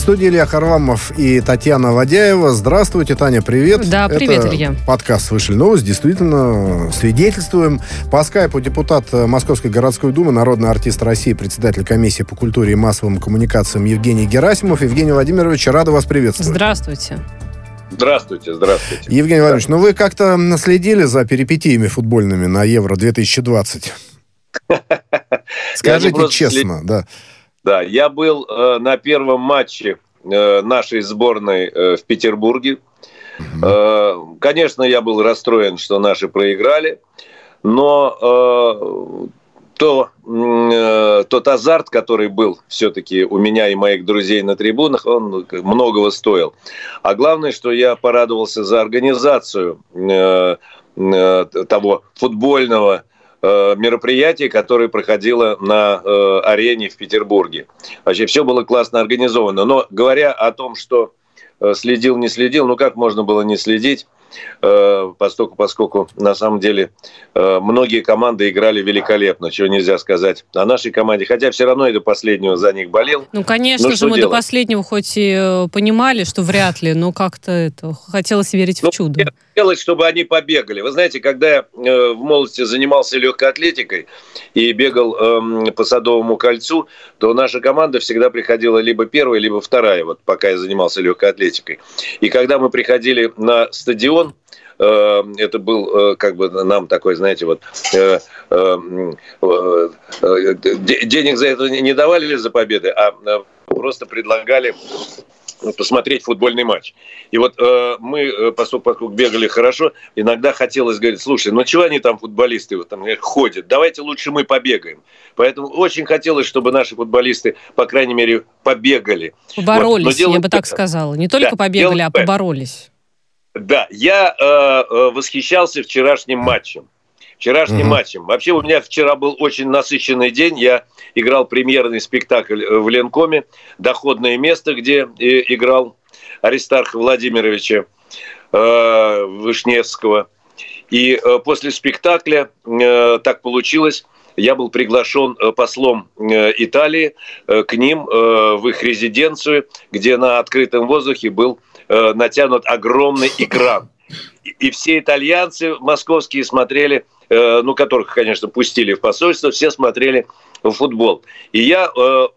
студии Илья Харламов и Татьяна Вадяева. Здравствуйте, Таня, привет. Да, привет, Илья. Подкаст «Вышли новости». Действительно, свидетельствуем. По скайпу депутат Московской городской думы, народный артист России, председатель комиссии по культуре и массовым коммуникациям Евгений Герасимов. Евгений Владимирович, рада вас приветствовать. Здравствуйте. Здравствуйте. Евгений Владимирович, вы как-то наследили за перипетиями футбольными на Евро-2020? Скажите честно, да. Да, я был на первом матче нашей сборной в Петербурге. Конечно, я был расстроен, что наши проиграли, но тот азарт, который был все-таки у меня и моих друзей на трибунах, он многого стоил. А главное, что я порадовался за организацию того футбольного мероприятие, которое проходило на арене в Петербурге. Вообще все было классно организовано. Но говоря о том, что следил, не следил, ну как можно было не следить, поскольку на самом деле многие команды играли великолепно, чего нельзя сказать о нашей команде. Хотя все равно я до последнего за них болел. Ну, конечно же, мы до последнего хоть и понимали, что вряд ли, но как-то хотелось верить в чудо. Хотелось, чтобы они побегали. Вы знаете, когда я в молодости занимался легкой атлетикой и бегал по Садовому кольцу, то наша команда всегда приходила либо первая, либо вторая, вот пока я занимался легкой атлетикой. И когда мы приходили на стадион, это был как бы нам такой, знаете, вот денег за это не давали за победы, а просто предлагали посмотреть футбольный матч. И вот мы, поскольку бегали хорошо, иногда хотелось говорить: слушай, ну чего они там, футболисты, вот там ходят, давайте лучше мы побегаем. Поэтому очень хотелось, чтобы наши футболисты, по крайней мере, побегали. Поборолись, вот. Я бы так сказала. Не только побегали, а поборолись. Да, я восхищался вчерашним матчем. Вообще у меня вчера был очень насыщенный день. Я играл премьерный спектакль в Ленкоме «Доходное место», где играл Аристарха Владимировича Вышневского. И после спектакля так получилось, я был приглашен послом Италии к ним в их резиденцию, где на открытом воздухе был натянут огромный экран. И все итальянцы московские смотрели, которых, конечно, пустили в посольство, все смотрели футбол. И я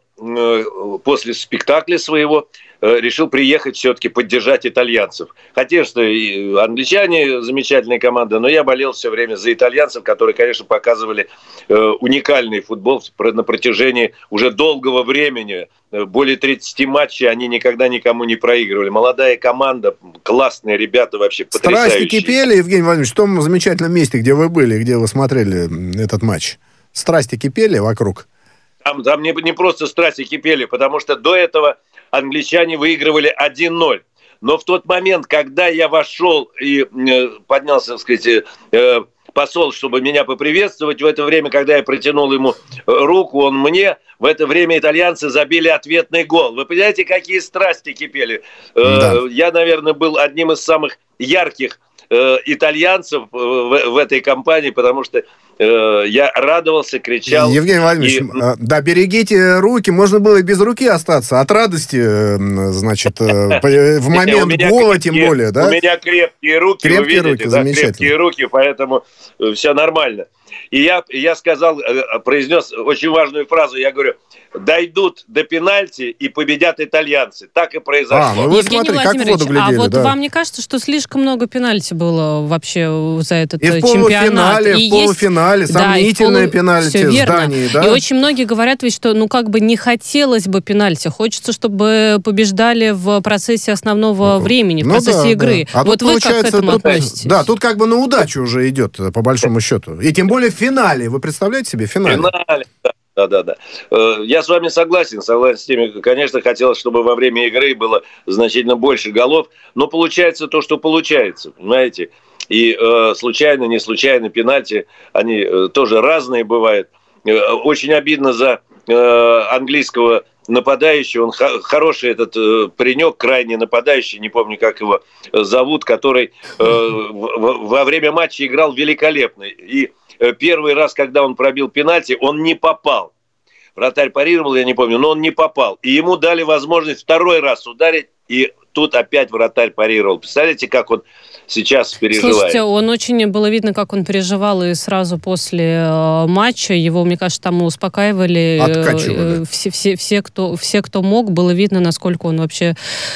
после спектакля своего решил приехать все-таки поддержать итальянцев. Хотя, что и англичане замечательная команда, но я болел все время за итальянцев, которые, конечно, показывали уникальный футбол на протяжении уже долгого времени. Более 30 матчей они никогда никому не проигрывали. Молодая команда, классные ребята вообще, потрясающие. Страсти кипели, Евгений Владимирович, в том замечательном месте, где вы были, где вы смотрели этот матч. Страсти кипели вокруг? Там не просто страсти кипели, потому что до этого англичане выигрывали 1-0. Но в тот момент, когда я вошел и поднялся, так сказать, посол, чтобы меня поприветствовать, в это время, когда я протянул ему руку, он мне, в это время итальянцы забили ответный гол. Вы понимаете, какие страсти кипели? Да. Я, наверное, был одним из самых ярких итальянцев в этой компании, потому что я радовался, кричал. Евгений Владимирович, да, берегите руки, можно было и без руки остаться, от радости, значит, в момент гола тем более, да? У меня крепкие руки, вы видите, да, крепкие руки, поэтому все нормально. И я сказал, произнес очень важную фразу, я говорю: дойдут до пенальти и победят итальянцы. Так и произошло. Ну вы смотри, как в воду глядели. А вот да. Вам не кажется, что слишком много пенальти было вообще за этот и чемпионат? В полуфинале, сомнительные пенальти в Дании, да? И очень многие говорят ведь, что не хотелось бы пенальти. Хочется, чтобы побеждали в процессе основного времени, в процессе игры. Да. А вот вы как к этому относитесь? Да, тут как бы на удачу уже идет, по большому счету. И тем более в финале. Вы представляете себе финале? Да. Я с вами согласен с теми, конечно, хотелось, чтобы во время игры было значительно больше голов, но получается то, что получается, понимаете? И случайно, не случайно пенальти, они тоже разные бывают. Очень обидно за английского нападающий, он хороший этот паренек, крайне нападающий, не помню, как его зовут, который во время матча играл великолепно. И первый раз, когда он пробил пенальти, он не попал. вратарь парировал, я не помню, но он не попал. И ему дали возможность второй раз ударить, и тут опять вратарь парировал. Представляете, как он сейчас переживает? Слушайте, он очень было видно, как он переживал, и сразу после матча его, мне кажется, там успокаивали. Откачивали. Все, кто мог, было видно, насколько он вообще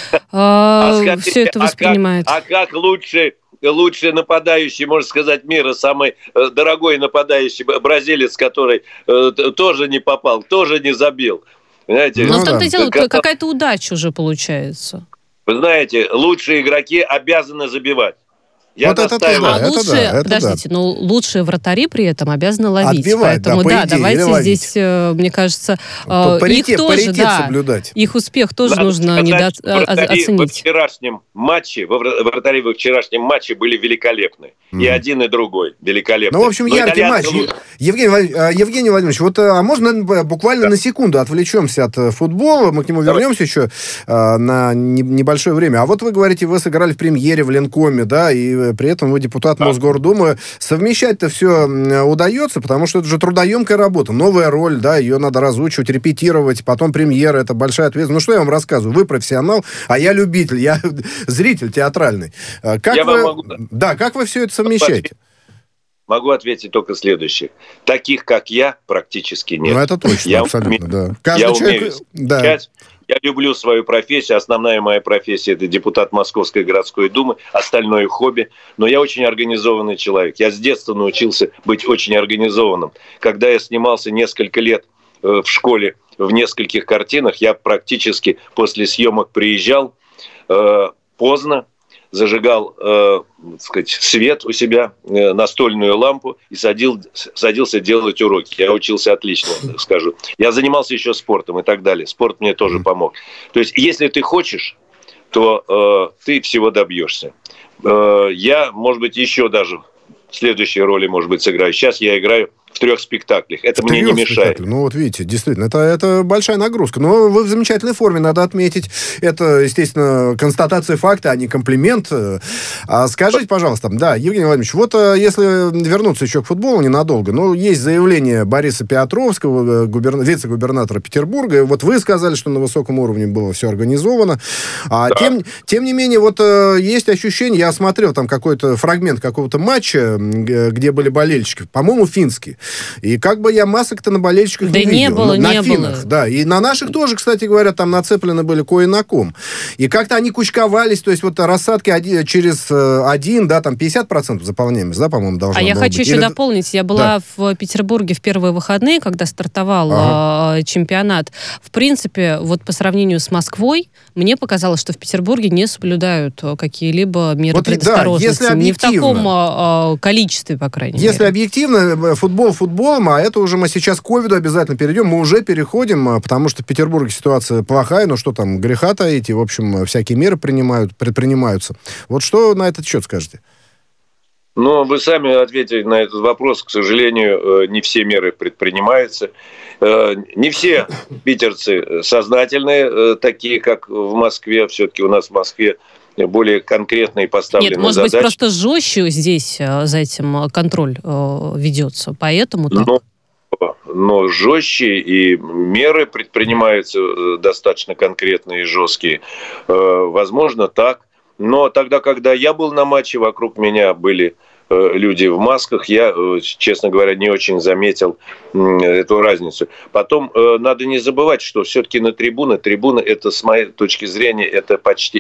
все это воспринимает. А как лучший нападающий, можно сказать, мира, самый дорогой нападающий, бразилец, который тоже не попал, тоже не забил. Знаете, но в том-то и дело, какая-то удача уже получается. Вы знаете, лучшие игроки обязаны забивать. Я настаиваю. Подождите, но лучшие вратари при этом обязаны ловить. Отбивать, поэтому давайте ловить. Здесь, мне кажется, паритет соблюдать. Их успех тоже нужно оценить. Вратари в вчерашнем матче были великолепны. И один, и другой великолепны. Ну, в общем, яркий матч. Евгений Владимирович, вот можно буквально на секунду отвлечемся от футбола, мы к нему вернемся еще на небольшое время. А вот вы говорите, вы сыграли в премьере, в Ленкоме, да, и при этом вы депутат Мосгордумы. Совмещать-то все удается, потому что это же трудоемкая работа, новая роль, да, ее надо разучивать, репетировать, потом премьера, это большая ответственность. Ну, что я вам рассказываю? Вы профессионал, а я любитель, я зритель театральный. Как вы все это совмещаете? Могу ответить только следующее. Таких, как я, практически нет. Ну, это точно, абсолютно, да. Каждый человек... Я люблю свою профессию. Основная моя профессия – это депутат Московской городской думы. Остальное – хобби. Но я очень организованный человек. Я с детства научился быть очень организованным. Когда я снимался несколько лет в школе в нескольких картинах, я практически после съемок приезжал поздно, зажигал свет у себя, настольную лампу и садился делать уроки. Я учился отлично, скажу. Я занимался еще спортом и так далее. Спорт мне тоже помог. То есть, если ты хочешь, то ты всего добьешься. Я, может быть, еще даже в следующей роли, может быть, сыграю. Сейчас я играю в 3 спектаклях. Это мне не мешает. Ну, вот видите, действительно, это большая нагрузка. Но вы в замечательной форме, надо отметить. Это, естественно, констатация факта, а не комплимент. Скажите, пожалуйста, да, Евгений Владимирович, вот если вернуться еще к футболу ненадолго, есть заявление Бориса Петровского, вице-губернатора Петербурга, и вот вы сказали, что на высоком уровне было все организовано. Тем не менее, вот есть ощущение, я смотрел там какой-то фрагмент какого-то матча, где были болельщики, по-моему, финские. И как бы я масок-то на болельщиках не видел. Не было. Да. И на наших тоже, кстати говоря, там нацеплены были кое на ком. И как-то они кучковались, то есть вот рассадки через один, да, там 50% заполняемость, да, по-моему, должно было быть. А я хочу еще дополнить. Я была в Петербурге в первые выходные, когда стартовал чемпионат. В принципе, вот по сравнению с Москвой, мне показалось, что в Петербурге не соблюдают какие-либо меры предосторожности. Да, не в таком количестве, по крайней мере. Если объективно, футболом, а это уже мы сейчас к ковиду обязательно перейдем. Мы уже переходим, потому что в Петербурге ситуация плохая, но что там, греха таить, и, в общем, всякие меры предпринимаются. Вот что на этот счет скажете? Ну, вы сами ответили на этот вопрос. К сожалению, не все меры предпринимаются. Не все питерцы сознательные, такие, как в Москве. Все-таки у нас в Москве более конкретные поставленные задачи. Нет, может быть, просто жестче здесь за этим контроль ведется, поэтому так. Но жестче, и меры предпринимаются достаточно конкретные и жесткие. Возможно, так. Но тогда, когда я был на матче, вокруг меня были люди в масках, я, честно говоря, не очень заметил эту разницу. Потом надо не забывать, что все-таки трибуна это, с моей точки зрения, это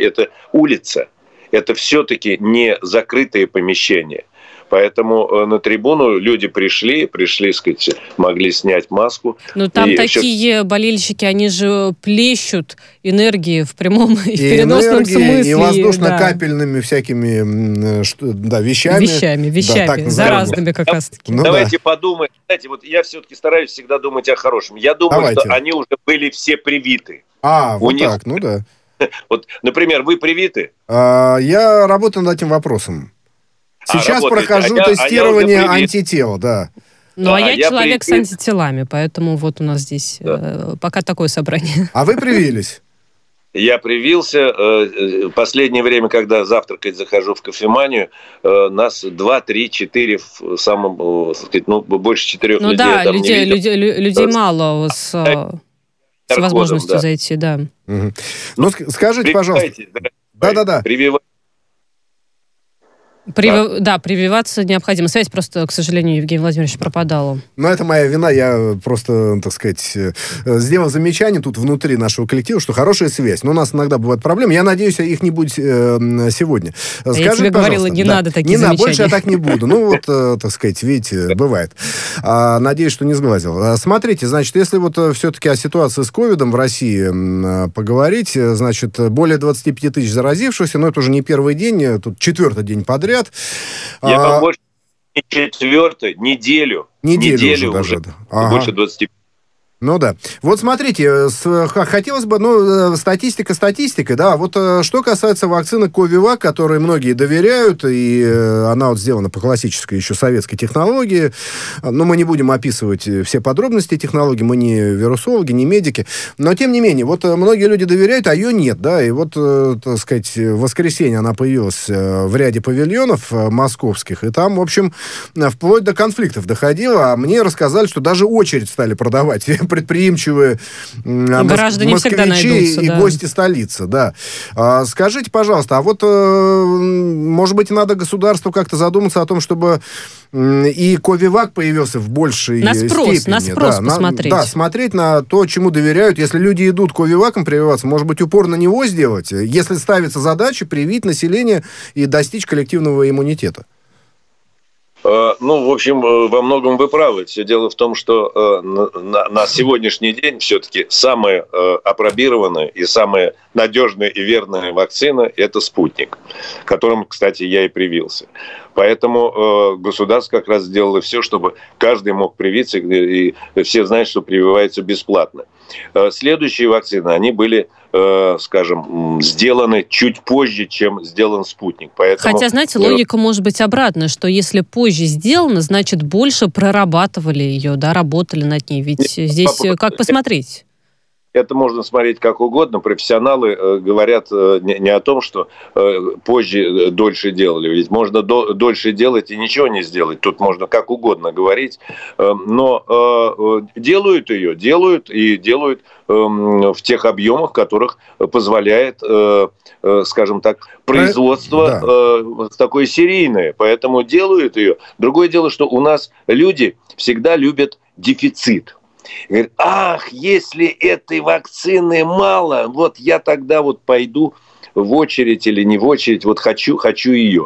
улица. Это все-таки не закрытые помещения. Поэтому на трибуну люди пришли, сказать, могли снять маску. Ну, там такие болельщики, они же плещут энергии в прямом и в переносном смысле. И воздушно-капельными всякими вещами. Вещами, заразными как раз-таки. Давайте подумаем. Знаете, вот я все-таки стараюсь всегда думать о хорошем. Я думаю, что они уже были все привиты. Так, да. Вот, например, вы привиты? Я работаю над этим вопросом. Сейчас прохожу тестирование антител, да. Ну, я человек с антителами, поэтому вот у нас здесь пока такое собрание. А вы привились? Я привился. Последнее время, когда завтракать захожу в кофеманию, нас 2, 3, 4 в самом, сказать, больше 4 людей. Да, людей мало с возможностью зайти, да. Угу. Ну, скажите, пожалуйста. Да. Прививаться необходимо. Связь просто, к сожалению, Евгений Владимирович пропадала. Но это моя вина. Я просто, так сказать, сделал замечание тут внутри нашего коллектива, что хорошая связь. Но у нас иногда бывают проблемы. Я надеюсь, их не будет сегодня. Скажите, я тебе говорила, не надо такие замечания. Больше я так не буду. Ну вот, так сказать, видите, бывает. Надеюсь, что не сглазил. Смотрите, значит, если вот все-таки о ситуации с ковидом в России поговорить, значит, более 25 тысяч заразившихся, но это уже не первый день, тут 4-й день подряд. Я вам больше не 4-й, неделю уже. Больше 25. Ну да. Вот смотрите, хотелось бы, статистика, да, вот что касается вакцины Ковивак, которой многие доверяют, и она вот сделана по классической еще советской технологии, но мы не будем описывать все подробности технологии, мы не вирусологи, не медики, но тем не менее, вот многие люди доверяют, а ее нет, да, и вот, так сказать, в воскресенье она появилась в ряде павильонов московских, и там, в общем, вплоть до конфликтов доходило, а мне рассказали, что даже очередь стали продавать предприимчивые граждане всегда найдутся, и гости столицы, да. Скажите, пожалуйста, а вот, может быть, надо государству как-то задуматься о том, чтобы и Ковивак появился в большей степени. На спрос посмотреть. Да, смотреть на то, чему доверяют. Если люди идут Ковиваком прививаться, может быть, упор на него сделать, если ставится задача привить население и достичь коллективного иммунитета. В общем, во многом вы правы. Все дело в том, что на сегодняшний день все-таки самая апробированная и самая надежная и верная вакцина – это «Спутник», которым, кстати, я и привился. Поэтому государство как раз сделало все, чтобы каждый мог привиться, и все знают, что прививается бесплатно. Следующие вакцины, они были, скажем, сделаны чуть позже, чем сделан «Спутник». Поэтому, хотя, знаете, логика может быть обратная, что если позже сделано, значит, больше прорабатывали ее, да, работали над ней. Ведь здесь как посмотреть? Это можно смотреть как угодно. Профессионалы говорят не о том, что позже дольше делали. Ведь можно дольше делать и ничего не сделать. Тут можно как угодно говорить. Но делают в тех объемах, в которых позволяет, скажем так, производство такое серийное. Поэтому делают ее. Другое дело, что у нас люди всегда любят дефицит. Говорит, если этой вакцины мало, вот я тогда вот пойду в очередь или не в очередь, вот хочу ее.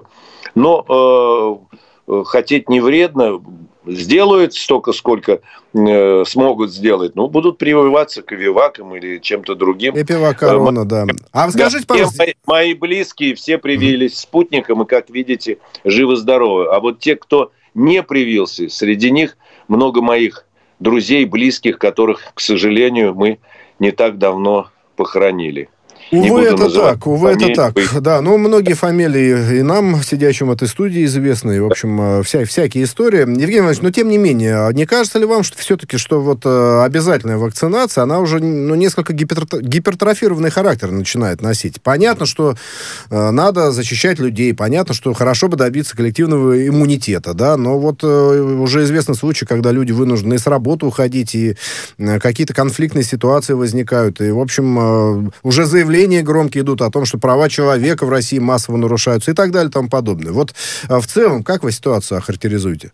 Но хотеть не вредно, сделают столько, сколько смогут сделать, будут прививаться Ковиваком или чем-то другим. Эпивак-корона, да. А скажите, пожалуйста... Мои близкие все привились Спутником, и, как видите, живы-здоровы. А вот те, кто не привился, среди них много моих друзей, близких, которых, к сожалению, мы не так давно похоронили. Увы, это так. Да, многие фамилии и нам, сидящим в этой студии, известны. В общем, всякие истории. Евгений Иванович, тем не менее, не кажется ли вам, что все-таки, что вот обязательная вакцинация, она уже несколько гипертрофированный характер начинает носить? Понятно, что надо защищать людей, понятно, что хорошо бы добиться коллективного иммунитета, да, но вот уже известны случаи, когда люди вынуждены с работы уходить, и какие-то конфликтные ситуации возникают, и, в общем, уже заявления громкие идут о том, что права человека в России массово нарушаются и так далее и тому подобное. Вот в целом, как вы ситуацию охарактеризуете?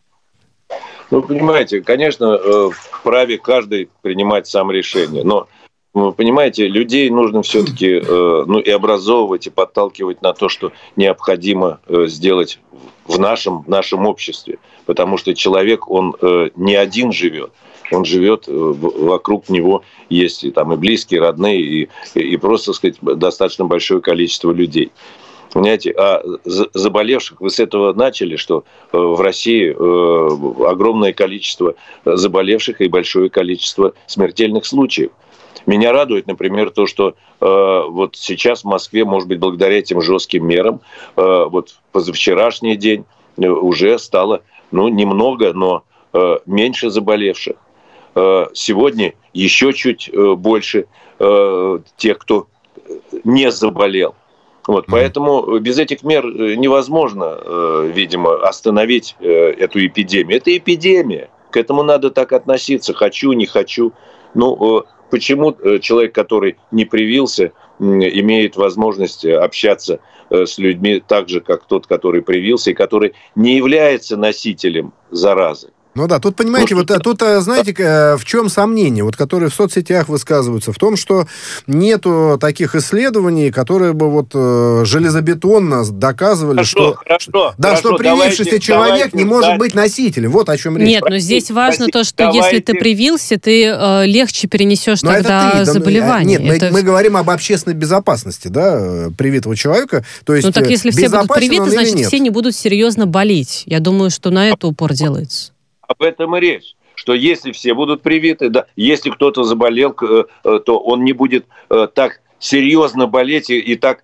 Понимаете, конечно, вправе каждый принимать сам решение, но, понимаете, людей нужно все-таки и образовывать, и подталкивать на то, что необходимо сделать в нашем обществе, потому что человек, он не один живет. Он живет, вокруг него есть там и близкие, и родные, и просто, так сказать, достаточно большое количество людей. Понимаете, а заболевших, вы с этого начали, что в России огромное количество заболевших и большое количество смертельных случаев. Меня радует, например, то, что вот сейчас в Москве, может быть, благодаря этим жестким мерам, вот позавчерашний день уже стало, немного, но меньше заболевших. Сегодня еще чуть больше тех, кто не заболел. Вот, поэтому без этих мер невозможно, видимо, остановить эту эпидемию. Это эпидемия. К этому надо так относиться. Хочу, не хочу. Ну, почему человек, который не привился, имеет возможность общаться с людьми так же, как тот, который привился, и который не является носителем заразы? Ну да, тут, понимаете, вот тут, знаете, в чем сомнение, вот, которые в соцсетях высказываются, в том, что нету таких исследований, которые бы вот железобетонно доказывали, что привившийся человек не может быть носителем. Вот о чем речь. Нет, но здесь важно то, что если ты привился, ты легче перенесешь тогда заболевание. Нет, мы говорим об общественной безопасности, да, привитого человека. То есть, ну так если все будут привиты, значит, все не будут серьезно болеть. Я думаю, что на это упор делается. Об этом и речь, что если все будут привиты, да, если кто-то заболел, то он не будет так серьезно болеть и так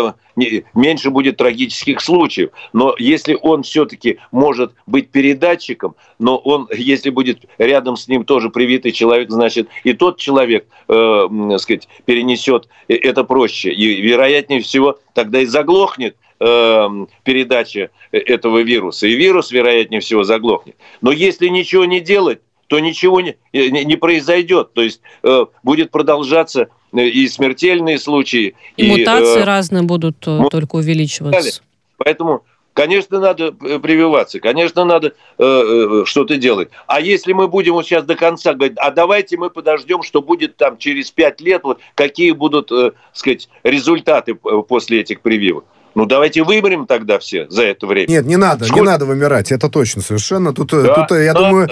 меньше будет трагических случаев. Но если он все-таки может быть передатчиком, но он, если будет рядом с ним тоже привитый человек, значит, и тот человек, перенесет это проще. И, вероятнее всего, тогда и заглохнет передача этого вируса. И вирус, вероятнее всего, заглохнет. Но если ничего не делать, то ничего не произойдет. То есть будет продолжаться и смертельные случаи. И мутации разные будут только увеличиваться. Поэтому, конечно, надо прививаться, конечно, надо что-то делать. А если мы будем вот сейчас до конца говорить, а давайте мы подождем, что будет там через 5 лет, вот какие будут, результаты после этих прививок. Ну, давайте вымрем тогда все за это время. Нет, не надо вымирать, это точно совершенно. Тут я думаю,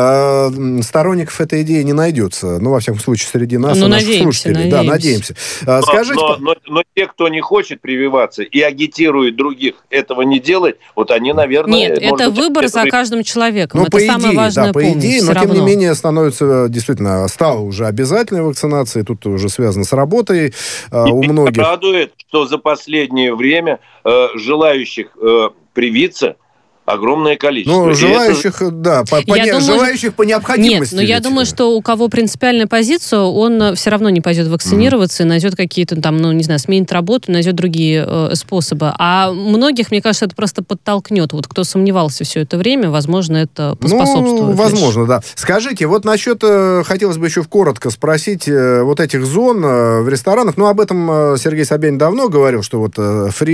сторонников этой идеи не найдется. Ну, во всяком случае, среди нас и наших слушателей. Да, надеемся. Скажите... Но те, кто не хочет прививаться и агитирует других этого не делать, вот они, наверное... Нет, это выбор за каждым человеком. Ну, это самое важное помнить. По идее, но тем не менее становится действительно, стала уже обязательной вакцинация, тут уже связано с работой у многих. Меня радует, что за последнее время желающих привиться огромное количество. Ну, желающих, желающих по необходимости. Нет, но я думаю, что у кого принципиальная позиция, он все равно не пойдет вакцинироваться и найдет какие-то там, сменит работу, найдет другие способы. А многих, мне кажется, это просто подтолкнет. Вот кто сомневался все это время, возможно, это поспособствует. Ну, возможно, да. Скажите, вот насчет, хотелось бы еще коротко спросить, вот этих зон в ресторанах, об этом Сергей Собянин давно говорил, что вот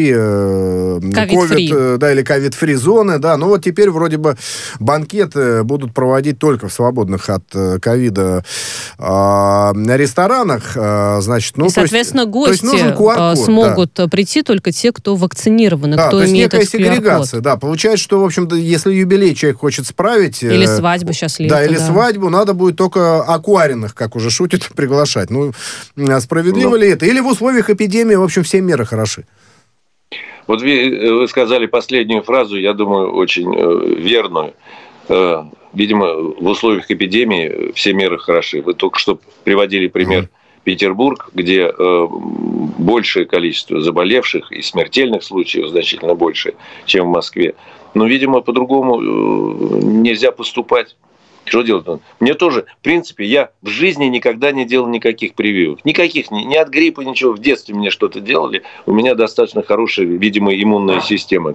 ковид, да, или ковид-фри зоны, да, но вот теперь вроде бы банкеты будут проводить только в свободных от ковида ресторанах, значит, и, соответственно, гости смогут прийти только те, кто вакцинированы, да, кто то есть имеет некая сегрегация, да, получается, что, в общем-то, если юбилей человек хочет справить... Или свадьбу сейчас лето, да. Или свадьбу, надо будет только акваренных, как уже шутят, приглашать. Ну, справедливо ли это? Или в условиях эпидемии, в общем, все меры хороши? Вот вы сказали последнюю фразу, я думаю, очень верную. Видимо, в условиях эпидемии все меры хороши. Вы только что приводили пример Петербург, где большее количество заболевших и смертельных случаев значительно больше, чем в Москве. Но, видимо, по-другому нельзя поступать. Что делать? Мне тоже, в принципе, я в жизни никогда не делал никаких прививок. Никаких, ни от гриппа, ничего. В детстве мне что-то делали. У меня достаточно хорошая, видимо, иммунная система.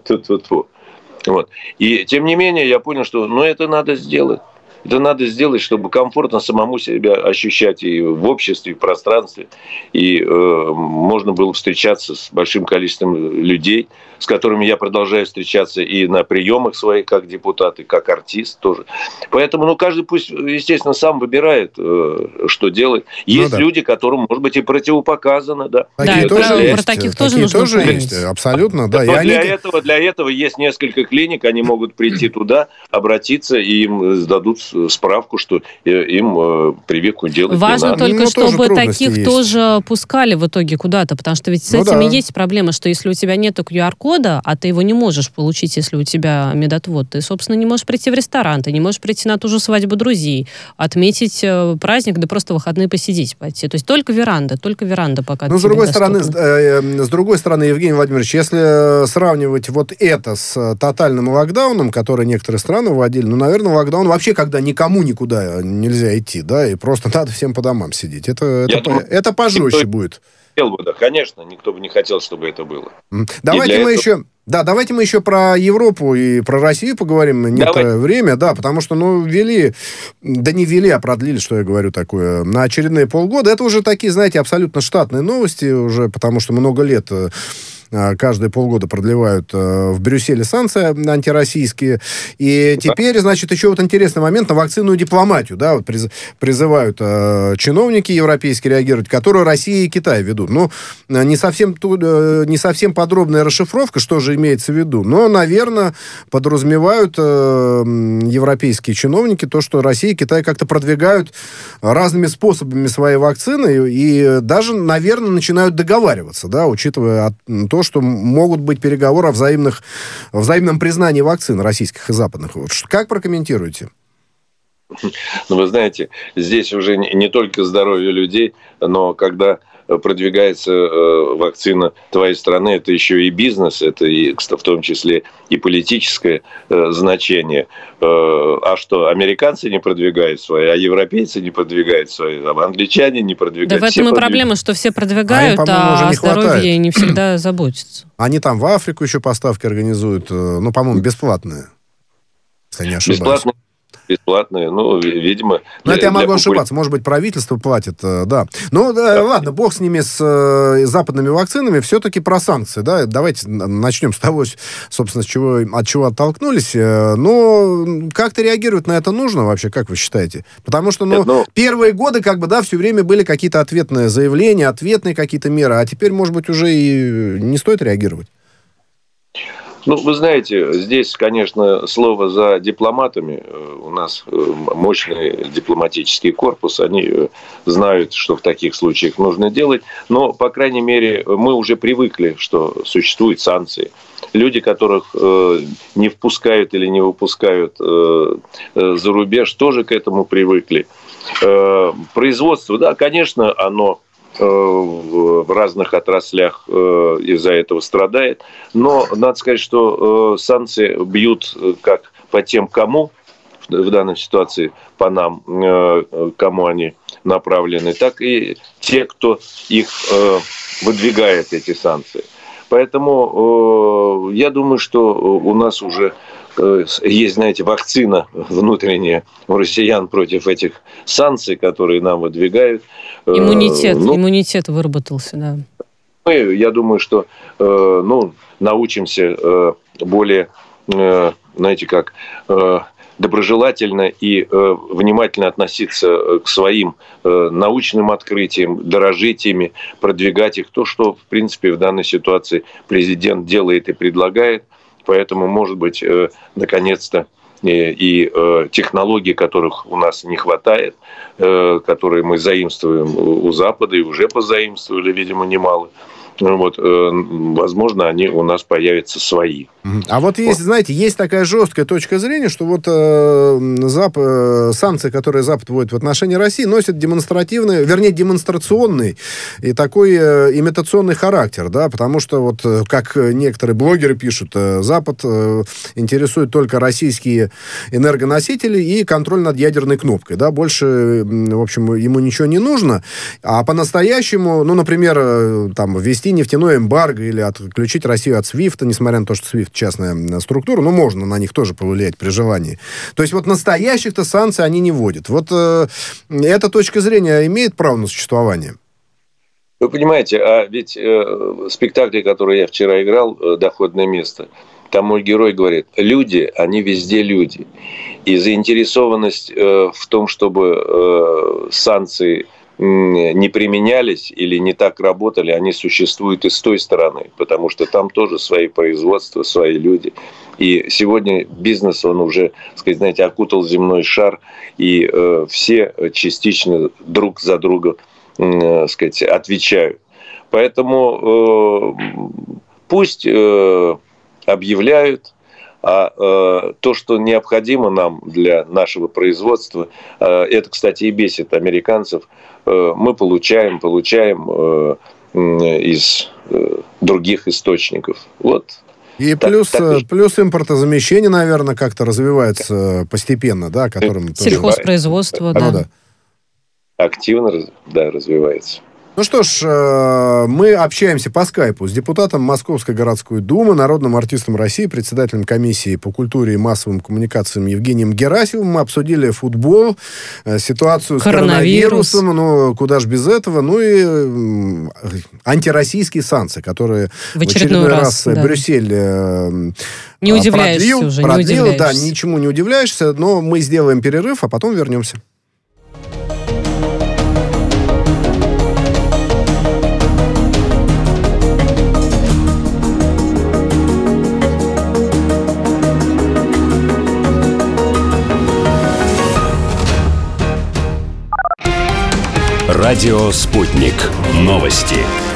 Вот. И, тем не менее, я понял, что это надо сделать. Это надо сделать, чтобы комфортно самому себя ощущать и в обществе, и в пространстве. И можно было встречаться с большим количеством людей, с которыми я продолжаю встречаться и на приемах своих, как депутат, и как артист тоже. Поэтому, каждый пусть, естественно, сам выбирает, что делать. Есть люди, которым, может быть, и противопоказано. Да, такие тоже есть. Про таких тоже нужно есть. Абсолютно, да. Для этого есть несколько клиник, они могут прийти туда, обратиться, и им сдадут справку, что им прививку делать важно не надо. Только, чтобы таких тоже пускали в итоге куда-то, потому что ведь с этим и есть проблема, что если у тебя нет QR-кода, а ты его не можешь получить, если у тебя медотвод, ты, собственно, не можешь прийти в ресторан, ты не можешь прийти на ту же свадьбу друзей, отметить праздник, да просто в выходные посидеть пойти. То есть только веранда пока. С другой стороны, Евгений Владимирович, если сравнивать вот это с тотальным локдауном, который некоторые страны вводили, наверное, локдаун вообще, когда никому никуда нельзя идти, да, и просто надо всем по домам сидеть. Это пожестче будет. хотел бы, да, конечно, никто бы не хотел, чтобы это было. Давайте мы еще про Европу и про Россию поговорим некоторое время, да, потому что, продлили, что я говорю такое, на очередные полгода. Это уже такие, знаете, абсолютно штатные новости уже, потому что много лет каждые полгода продлевают в Брюсселе санкции антироссийские. И теперь, значит, еще вот интересный момент на вакцинную дипломатию, да, вот призывают чиновники европейские реагировать, которую Россия и Китай ведут. Ну, не совсем подробная расшифровка, что же имеется в виду, но, наверное, подразумевают европейские чиновники то, что Россия и Китай как-то продвигают разными способами свои вакцины и даже, наверное, начинают договариваться, да, учитывая то, что могут быть переговоры о взаимном признании вакцин российских и западных. Как прокомментируете? Ну, вы знаете, здесь уже не только здоровье людей, но когда продвигается вакцина твоей страны, это еще и бизнес, это и, в том числе и политическое значение. А что, американцы не продвигают свои, а европейцы не продвигают свои, а англичане не продвигают. Да в этом и проблема, что все продвигают, а о здоровье не всегда заботятся. Они там в Африку еще поставки организуют, по-моему, бесплатные, если не ошибаюсь. Бесплатные, видимо... Это я могу ошибаться, может быть, правительство платит, да. Ладно, бог с ними, с западными вакцинами, все-таки про санкции, да, давайте начнем с того, собственно, от чего оттолкнулись. Но как-то реагировать на это нужно вообще, как вы считаете? Потому что, первые годы, все время были какие-то ответные заявления, ответные какие-то меры, а теперь, может быть, уже и не стоит реагировать? Вы знаете, здесь, конечно, слово за дипломатами. У нас мощный дипломатический корпус. Они знают, что в таких случаях нужно делать. Но, по крайней мере, мы уже привыкли, что существуют санкции. Люди, которых не впускают или не выпускают за рубеж, тоже к этому привыкли. Производство, да, конечно, оно в разных отраслях из-за этого страдает. Но надо сказать, что санкции бьют как по тем, кому в данной ситуации, по нам, кому они направлены, так и те, кто их выдвигает, эти санкции. Поэтому я думаю, что у нас уже есть, знаете, вакцина внутренняя у россиян против этих санкций, которые нам выдвигают. Иммунитет выработался, да. Мы, я думаю, что научимся более, знаете как, доброжелательно и внимательно относиться к своим научным открытиям, дорожить ими, продвигать их. То, что, в принципе, в данной ситуации президент делает и предлагает. Поэтому, может быть, наконец-то и технологий, которых у нас не хватает, которые мы заимствуем у Запада и уже позаимствовали, видимо, немало. Возможно, они у нас появятся свои. А есть такая жесткая точка зрения, что санкции, которые Запад вводит в отношении России, носят демонстрационный и такой имитационный характер, да, потому что, как некоторые блогеры пишут, Запад интересует только российские энергоносители и контроль над ядерной кнопкой, да, больше, в общем, ему ничего не нужно, а по-настоящему, например, ввести нефтяное эмбарго или отключить Россию от SWIFT, несмотря на то, что SWIFT частная структура, можно на них тоже повлиять при желании. То есть настоящих-то санкций они не вводят. Эта точка зрения имеет право на существование? Вы понимаете, а ведь спектакль, который я вчера играл, «Доходное место», там мой герой говорит, люди, они везде люди. И заинтересованность в том, чтобы санкции не применялись или не так работали, они существуют и с той стороны, потому что там тоже свои производства, свои люди. И сегодня бизнес, он уже, окутал земной шар, и все частично друг за друга, отвечают. Поэтому пусть объявляют, а то, что необходимо нам для нашего производства, это, кстати, и бесит американцев, мы получаем из других источников. И плюс импортозамещение, наверное, как-то развивается постепенно, да, которым... Сельхозпроизводство, да. Активно, развивается. Ну что ж, мы общаемся по скайпу с депутатом Московской городской думы, народным артистом России, председателем комиссии по культуре и массовым коммуникациям Евгением Герасимовым. Мы обсудили футбол, ситуацию с коронавирусом, ну куда ж без этого, ну и антироссийские санкции, которые в очередной раз Брюссель не удивляешься уже, продлил, да, ничему не удивляешься, но мы сделаем перерыв, а потом вернемся. Радио «Спутник». Новости.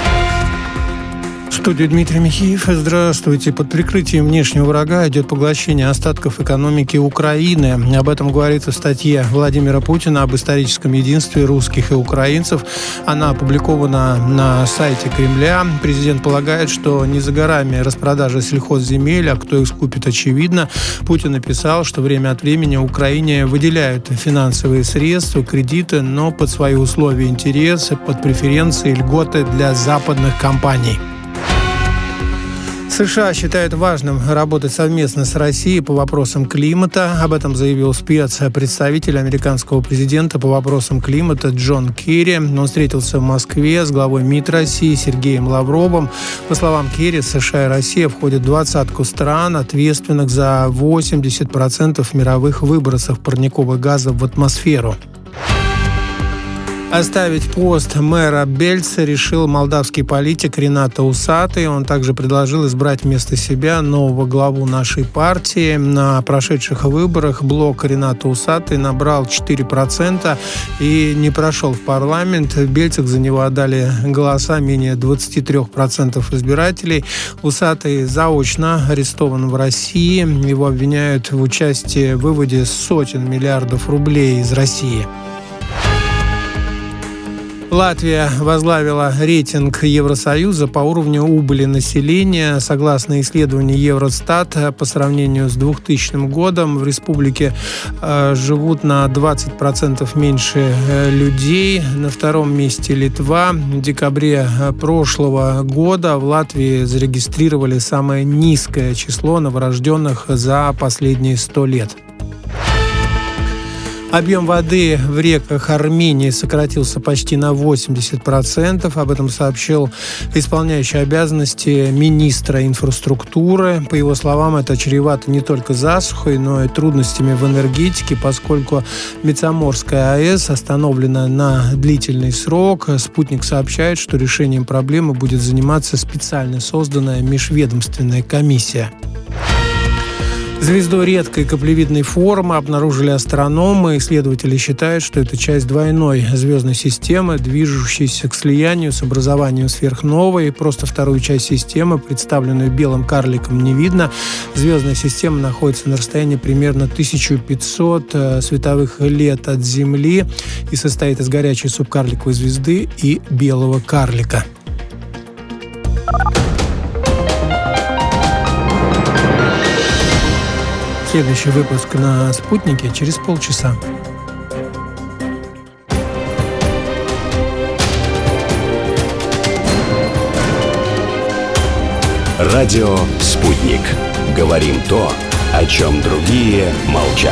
В студии Дмитрий Михеев. Здравствуйте. Под прикрытием внешнего врага идет поглощение остатков экономики Украины. Об этом говорится в статье Владимира Путина об историческом единстве русских и украинцев. Она опубликована на сайте Кремля. Президент полагает, что не за горами распродажа сельхозземель, а кто их скупит, очевидно. Путин написал, что время от времени Украине выделяют финансовые средства, кредиты, но под свои условия и интересы, под преференции и льготы для западных компаний. США считают важным работать совместно с Россией по вопросам климата. Об этом заявил спецпредставитель американского президента по вопросам климата Джон Керри. Он встретился в Москве с главой МИД России Сергеем Лавровым. По словам Керри, США и Россия входят в 20-ку стран, ответственных за 80% мировых выбросов парниковых газов в атмосферу. Оставить пост мэра Бельца решил молдавский политик Ринат Усатый. Он также предложил избрать вместо себя нового главу нашей партии. На прошедших выборах блок Рината Усатый набрал 4% и не прошел в парламент. В Бельцах за него отдали голоса менее 23% избирателей. Усатый заочно арестован в России. Его обвиняют в участии в выводе сотен миллиардов рублей из России. Латвия возглавила рейтинг Евросоюза по уровню убыли населения. Согласно исследованию Евростат, по сравнению с 2000 годом в республике живут на 20% меньше людей. На втором месте Литва. В декабре прошлого года в Латвии зарегистрировали самое низкое число новорожденных за последние 100 лет. Объем воды в реках Армении сократился почти на 80%. Об этом сообщил исполняющий обязанности министра инфраструктуры. По его словам, это чревато не только засухой, но и трудностями в энергетике, поскольку Мецаморская АЭС остановлена на длительный срок. Спутник сообщает, что решением проблемы будет заниматься специально созданная межведомственная комиссия. Звезду редкой каплевидной формы обнаружили астрономы. Исследователи считают, что это часть двойной звездной системы, движущейся к слиянию с образованием сверхновой. Просто вторую часть системы, представленную белым карликом, не видно. Звездная система находится на расстоянии примерно 1500 световых лет от Земли и состоит из горячей субкарликовой звезды и белого карлика. Следующий выпуск на «Спутнике» через полчаса. Радио «Спутник». Говорим то, о чем другие молчат.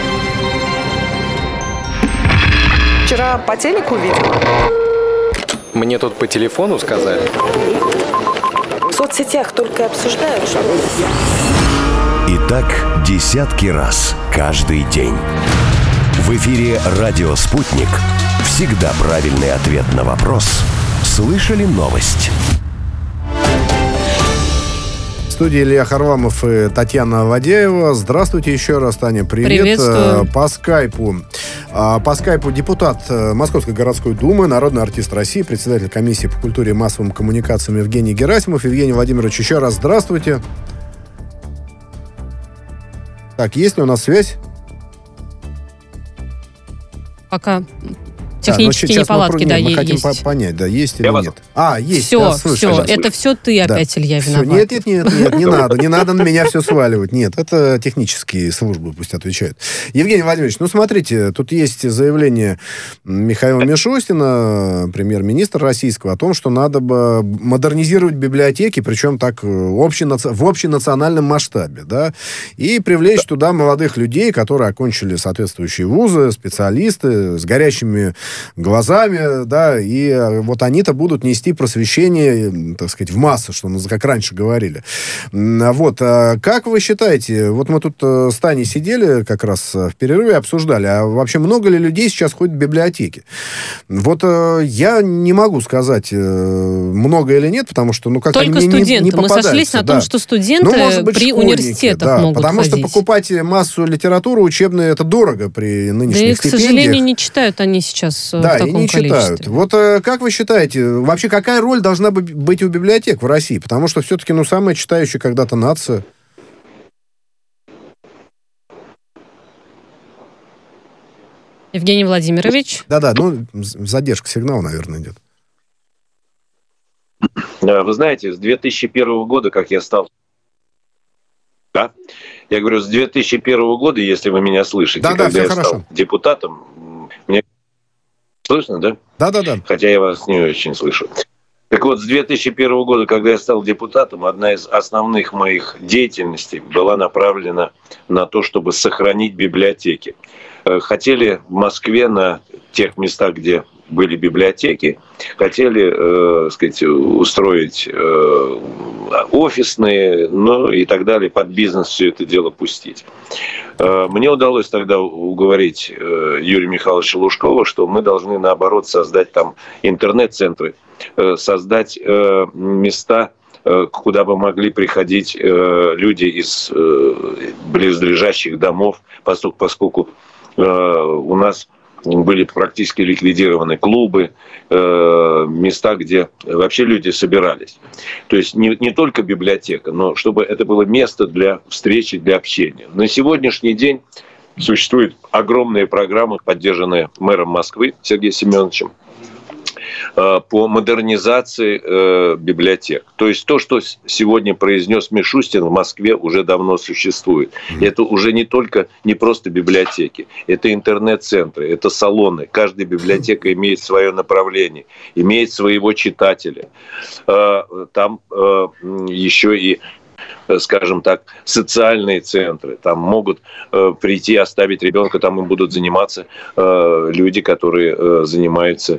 Вчера по телеку видела. Мне тут по телефону сказали. В соцсетях только обсуждают, что... И так десятки раз каждый день. В эфире «Радио Спутник». Всегда правильный ответ на вопрос. Слышали новость? В студии Илья Харламов и Татьяна Ладяева. Здравствуйте еще раз, Таня. Привет. Приветствую. По скайпу депутат Московской городской думы, народный артист России, председатель комиссии по культуре и массовым коммуникациям Евгений Герасимов. Евгений Владимирович, еще раз здравствуйте. Так, есть ли у нас связь? Пока Технические неполадки, да, мы хотим есть. понять, да, есть или нет. Есть. Все, да, слышу. это все ты опять, Илья, виноват. Нет, не надо на меня все сваливать. Нет, это технические службы пусть отвечают. Евгений Владимирович, смотрите, тут есть заявление Михаила Мишустина, премьер-министра российского, о том, что надо бы модернизировать библиотеки, причем так в общенациональном масштабе, да, и привлечь туда молодых людей, которые окончили соответствующие вузы, специалисты с горящими глазами, да, и вот они-то будут нести просвещение, так сказать, в массы, что как раньше говорили. Вот, как вы считаете, вот мы тут с Таней сидели как раз в перерыве, обсуждали, а вообще много ли людей сейчас ходит в библиотеки? Вот я не могу сказать, много или нет, потому что, как-то только мне студенты. не попадается. Мы сошлись на том, что студенты может быть, при университетах могут потому ходить. что покупать массу литературы учебной, это дорого при нынешних стипендиях. К сожалению, не читают они сейчас в таком количестве. Да, и не читают. Вот как вы считаете, вообще какая роль должна быть у библиотек в России? Потому что все-таки, самая читающая когда-то нация. Евгений Владимирович. Да, задержка сигнала, наверное, идет. Вы знаете, с 2001 года, как я стал... Да? Я говорю, с 2001 года, если вы меня слышите, когда я стал депутатом, мне слышно, да? Да. Хотя я вас не очень слышу. Так вот, с 2001 года, когда я стал депутатом, одна из основных моих деятельностей была направлена на то, чтобы сохранить библиотеки. Хотели в Москве на тех местах, где были библиотеки, хотели, устроить офисные, и так далее, под бизнес все это дело пустить. Мне удалось тогда уговорить Юрия Михайловича Лужкова, что мы должны, наоборот, создать там интернет-центры, создать места, куда бы могли приходить люди из близлежащих домов, поскольку у нас были практически ликвидированы клубы, места, где вообще люди собирались. То есть не только библиотека, но чтобы это было место для встречи, для общения. На сегодняшний день существуют огромные программы, поддержанные мэром Москвы Сергеем Семеновичем, по модернизации библиотек. То есть то, что сегодня произнес Мишустин, в Москве уже давно существует. Это уже не просто библиотеки, это интернет-центры, это салоны. Каждая библиотека имеет свое направление, имеет своего читателя. Там еще и, скажем так, социальные центры. Там могут прийти, оставить ребенка, там им будут заниматься люди, которые занимаются...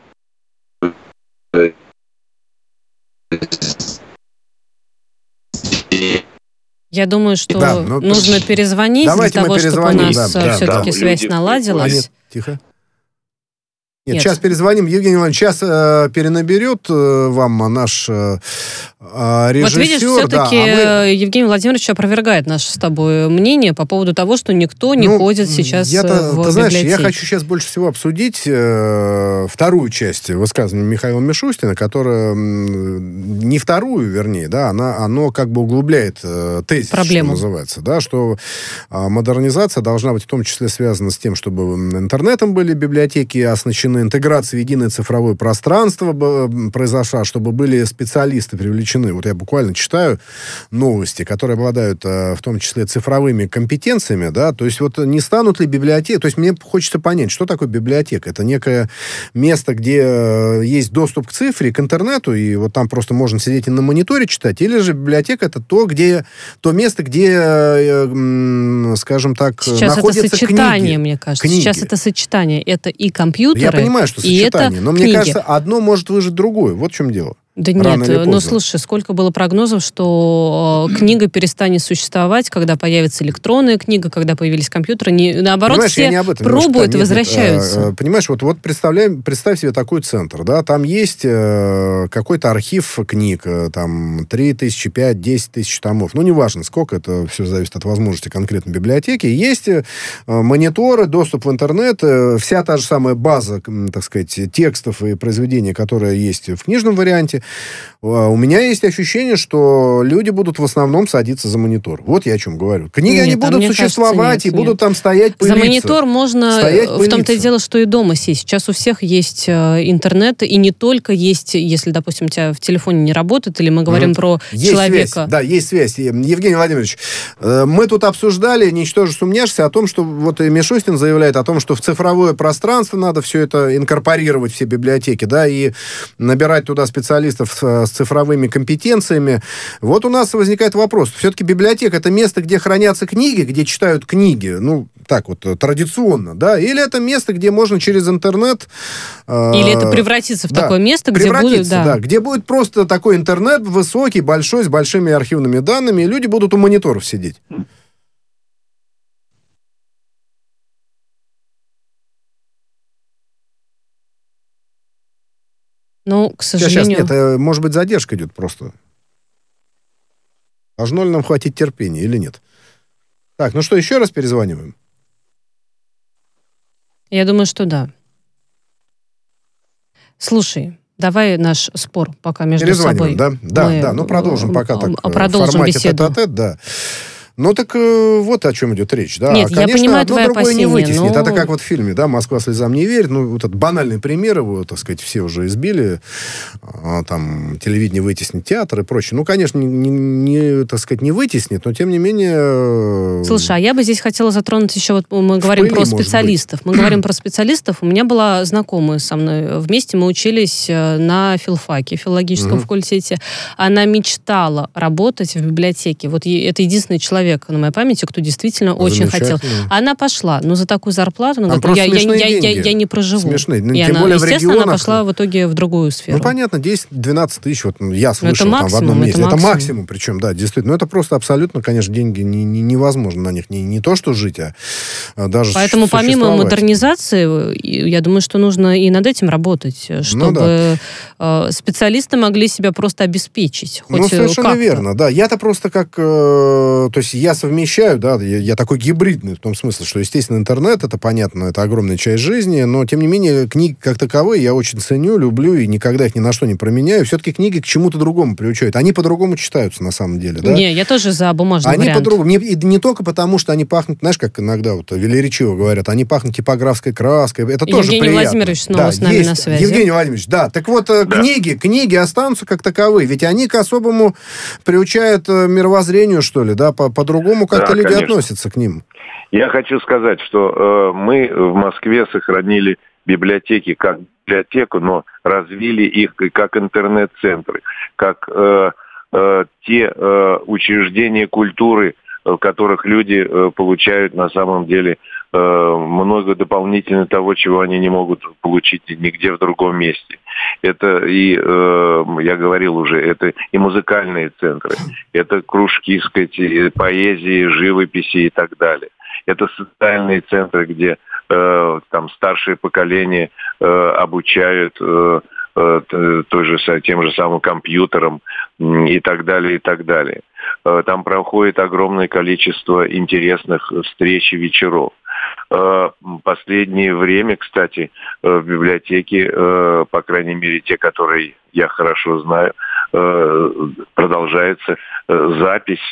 Я думаю, что нужно перезвонить для того, чтобы у нас все-таки связь наладилась. Тихо. Нет, сейчас перезвоним. Евгений Иванович, сейчас перенаберет вам наш режиссер. Вот видишь, все-таки Евгений Владимирович опровергает наше с тобой мнение по поводу того, что никто не ходит сейчас в библиотеки. Знаешь, я хочу сейчас больше всего обсудить вторую часть высказывания Михаила Мишустина, которая не вторую, вернее, да, оно как бы углубляет тезис, проблему, что называется, да, что модернизация должна быть в том числе связана с тем, чтобы интернетом были библиотеки оснащены, интеграция в единое цифровое пространство произошла, чтобы были специалисты привлечены. Вот я буквально читаю новости, которые обладают в том числе цифровыми компетенциями, да, то есть вот не станут ли библиотеки, то есть мне хочется понять, что такое библиотека? Это некое место, где есть доступ к цифре, к интернету, и вот там просто можно сидеть и на мониторе читать, или же библиотека это то место, где, скажем так, сейчас находятся это сочетание, книги. Мне кажется. Сейчас это сочетание. Это и компьютеры, я понимаю, что сочетание, но книги. Мне кажется, одно может выжить другое. Вот в чем дело. Да нет, слушай, сколько было прогнозов, что книга перестанет существовать, когда появится электронная книга, когда появились компьютеры. Наоборот, понимаешь, все пробуют и возвращаются. Понимаешь, вот представь себе такой центр, да, там есть какой-то архив книг, там 3000, 5, 10 тысяч томов, неважно сколько, это все зависит от возможности конкретной библиотеки. Есть мониторы, доступ в интернет, вся та же самая база, так сказать, текстов и произведений, которая есть в книжном варианте. у меня есть ощущение, что люди будут в основном садиться за монитор. Вот я о чем говорю. Книги, Нет, они будут существовать, кажется, и будут там стоять, пылиться. За монитор можно, в том-то и дело, что и дома сесть. Сейчас у всех есть интернет, и не только есть, если, допустим, у тебя в телефоне не работает, или мы говорим про есть человека. Связь. Да, есть связь. Евгений Владимирович, мы тут обсуждали, ничтоже сумняшься, о том, что вот и Мишустин заявляет о том, что в цифровое пространство надо все это инкорпорировать, все библиотеки, да, и набирать туда специалистов с цифровыми компетенциями. Вот у нас возникает вопрос. Все-таки библиотека — это место, где хранятся книги, где читают книги, ну, так вот, традиционно, да, или это место, где можно через интернет... Или это превратится в такое место, где будет... Да, где будет просто такой интернет высокий, большой, с большими архивными данными, и люди будут у мониторов сидеть. Ну, к сожалению... Сейчас нет, может быть, задержка идет просто. Должно ли нам хватить терпения или нет? Так, ну что, еще раз перезваниваем? Я думаю, что да. Слушай, давай наш спор пока между собой. Да, ну продолжим пока так продолжим в формате беседу. Тет-а-тет, да. Ну, так вот о чем идет речь. Да. Нет, конечно, я понимаю одно твои другое опасения, не вытеснит. но... Это как вот в фильме, да, «Москва слезам не верит». Ну, вот этот банальный пример его, так сказать, все уже избили. Там телевидение вытеснит театр и прочее. Ну, конечно, так сказать, не вытеснит, но тем не менее... Слушай, а я бы здесь хотела затронуть еще, вот мы говорим про специалистов. Мы говорим про специалистов. У меня была знакомая со мной. Вместе мы учились на филфаке, филологическом факультете. Она мечтала работать в библиотеке. Вот это единственный человек на моей памяти, кто действительно очень хотел. Она пошла, но за такую зарплату, она говорит, я не проживу. Смешные. И тем она, более в естественно, регионах... она пошла в итоге в другую сферу. Ну, понятно, 10-12 тысяч, вот я слышал максимум, там в одном месте. это максимум, причем, да, действительно. Но это просто абсолютно, конечно, деньги невозможно на них не то, что жить, а даже Поэтому помимо модернизации, я думаю, что нужно и над этим работать, чтобы специалисты могли себя просто обеспечить. Хоть совершенно как-то. верно, да. Я-то просто как... То есть я совмещаю, да, я такой гибридный в том смысле, что, естественно, интернет, это понятно, это огромная часть жизни, но, тем не менее, книги как таковые я очень ценю, люблю и никогда их ни на что не променяю. Все-таки книги к чему-то другому приучают. Они по-другому читаются, на самом деле, да? Не, я тоже за бумажный вариант. Они по-другому. Не только потому, что они пахнут, знаешь, как иногда вот велеречиво говорят, они пахнут типографской краской. Это тоже приятно. Евгений Владимирович снова с нами на связи. Евгений Владимирович, да. Так вот, книги останутся как таковые, ведь они к особому приучают мировоззрению, что ли, да, по-другому как-то люди относятся к ним. Я хочу сказать, что мы в Москве сохранили библиотеки как библиотеку, но развили их как интернет-центры, как те учреждения культуры, в которых люди получают на самом деле много дополнительно того, чего они не могут получить нигде в другом месте. Это и, я говорил уже, это и музыкальные центры, это кружки, сказать, поэзии, живописи и так далее. Это социальные центры, где там старшее поколение обучают тем же самым компьютерам и так далее, и так далее. Там проходит огромное количество интересных встреч и вечеров. Последнее время, кстати, в библиотеке, по крайней мере, те, которые я хорошо знаю, продолжается запись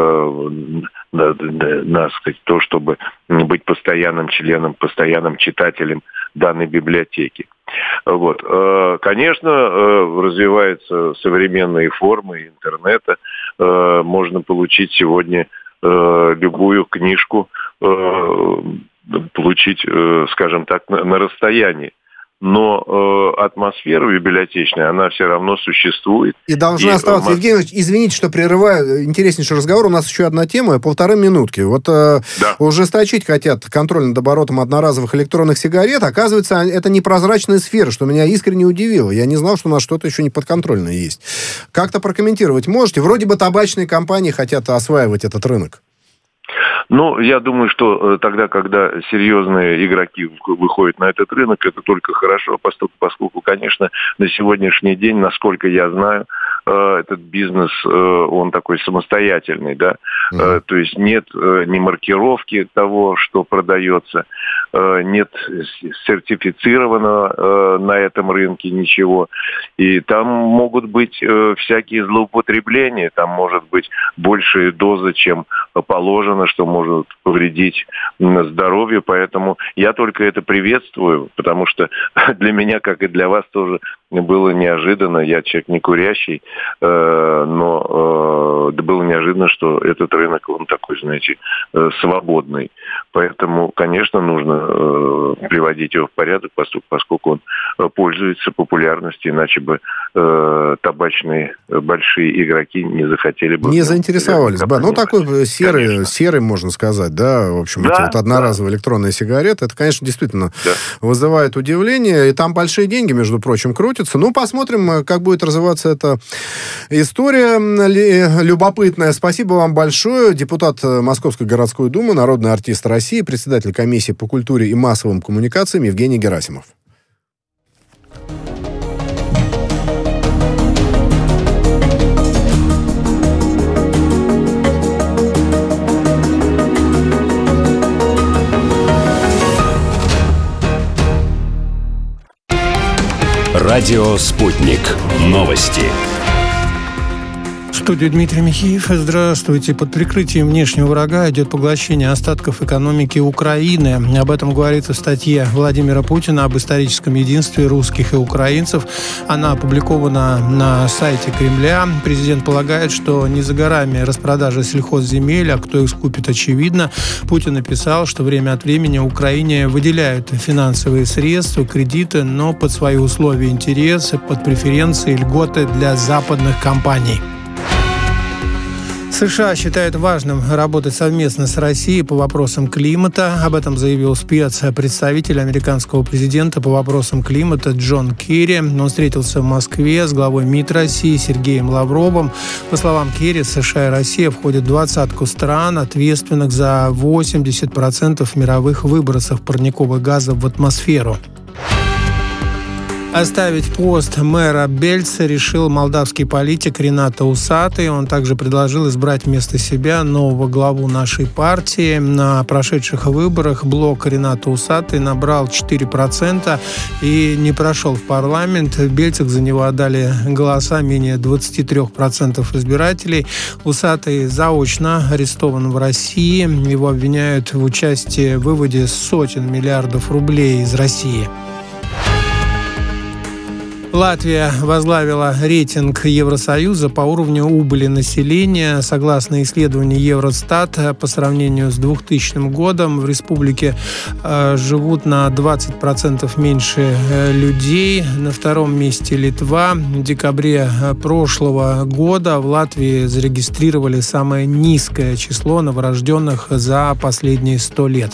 на сказать, то, чтобы быть постоянным членом, постоянным читателем данной библиотеки. Вот. Конечно, развиваются современные формы интернета. Можно получить сегодня любую книжку, получить, скажем так, на расстоянии. Но атмосфера библиотечная, она все равно существует. И должна оставаться. Евгений Ильич, извините, что прерываю. Интереснейший разговор. У нас еще одна тема, 1,5 минутки. Вот ужесточить хотят контроль над оборотом одноразовых электронных сигарет. Оказывается, это непрозрачная сфера, что меня искренне удивило. Я не знал, что у нас что-то еще не подконтрольное есть. Как-то прокомментировать можете? Вроде бы табачные компании хотят осваивать этот рынок. Ну, я думаю, что тогда, когда серьезные игроки выходят на этот рынок, это только хорошо, поскольку, конечно, на сегодняшний день, насколько я знаю, этот бизнес, он такой самостоятельный, да, то есть нет ни маркировки того, что продается, нет сертифицированного на этом рынке ничего. И там могут быть всякие злоупотребления, там может быть большая доза, чем положено, что может повредить здоровью. Поэтому я только это приветствую, потому что для меня, как и для вас, тоже было неожиданно. Я человек не курящий, но было неожиданно, что этот рынок, он такой, знаете, свободный. Поэтому, конечно, нужно приводить его в порядок, поскольку он пользуется популярностью, иначе бы табачные большие игроки не захотели бы... Не заинтересовались бы. Ну, такой серый, можно сказать, да, в общем, эти вот одноразовые электронные сигареты, это, конечно, действительно вызывает удивление, и там большие деньги, между прочим, крутятся. Ну, посмотрим, как будет развиваться эта история любопытная. Спасибо вам большое. Депутат Московской городской думы, народный артист России, председатель комиссии по культуре и массовым коммуникациям Евгений Герасимов. Радио «Спутник». Новости. В студии Дмитрий Михеев. Здравствуйте. Под прикрытием внешнего врага идет поглощение остатков экономики Украины. Об этом говорится в статье Владимира Путина об историческом единстве русских и украинцев. Она опубликована на сайте Кремля. Президент полагает, что не за горами распродажа сельхозземель, а кто их скупит, очевидно. Путин написал, что время от времени Украине выделяют финансовые средства, кредиты, но под свои условия и интересы, под преференции и льготы для западных компаний. США считают важным работать совместно с Россией по вопросам климата. Об этом заявил спецпредставитель американского президента по вопросам климата Джон Керри. Он встретился в Москве с главой МИД России Сергеем Лавровым. По словам Керри, США и Россия входят в 20 стран, ответственных за 80% мировых выбросов парниковых газов в атмосферу. Оставить пост мэра Бельца решил молдавский политик Ринат Усатый. Он также предложил избрать вместо себя нового главу нашей партии. На прошедших выборах блок Рината Усатый набрал 4% и не прошел в парламент. В Бельцах за него отдали голоса менее 23% избирателей. Усатый заочно арестован в России. Его обвиняют в участии в выводе сотен миллиардов рублей из России. Латвия возглавила рейтинг Евросоюза по уровню убыли населения. Согласно исследованию Евростат, по сравнению с 2000 годом в республике живут на 20% меньше людей. На втором месте Литва. В декабре прошлого года в Латвии зарегистрировали самое низкое число новорожденных за последние 100 лет.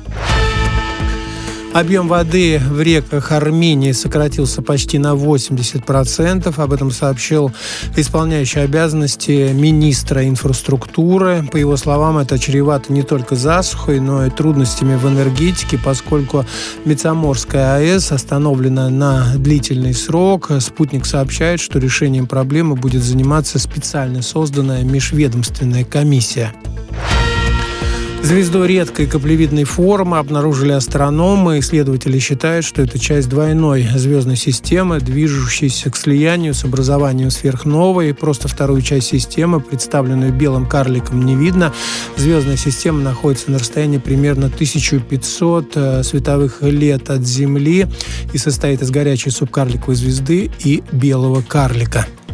Объем воды в реках Армении сократился почти на 80%. Об этом сообщил исполняющий обязанности министра инфраструктуры. По его словам, это чревато не только засухой, но и трудностями в энергетике, поскольку Мецаморская АЭС остановлена на длительный срок. Спутник сообщает, что решением проблемы будет заниматься специально созданная межведомственная комиссия. Звезду редкой каплевидной формы обнаружили астрономы. Исследователи считают, что это часть двойной звездной системы, движущейся к слиянию с образованием сверхновой. Просто вторую часть системы, представленную белым карликом, не видно. Звездная система находится на расстоянии примерно 1500 световых лет от Земли и состоит из горячей субкарликовой звезды и белого карлика.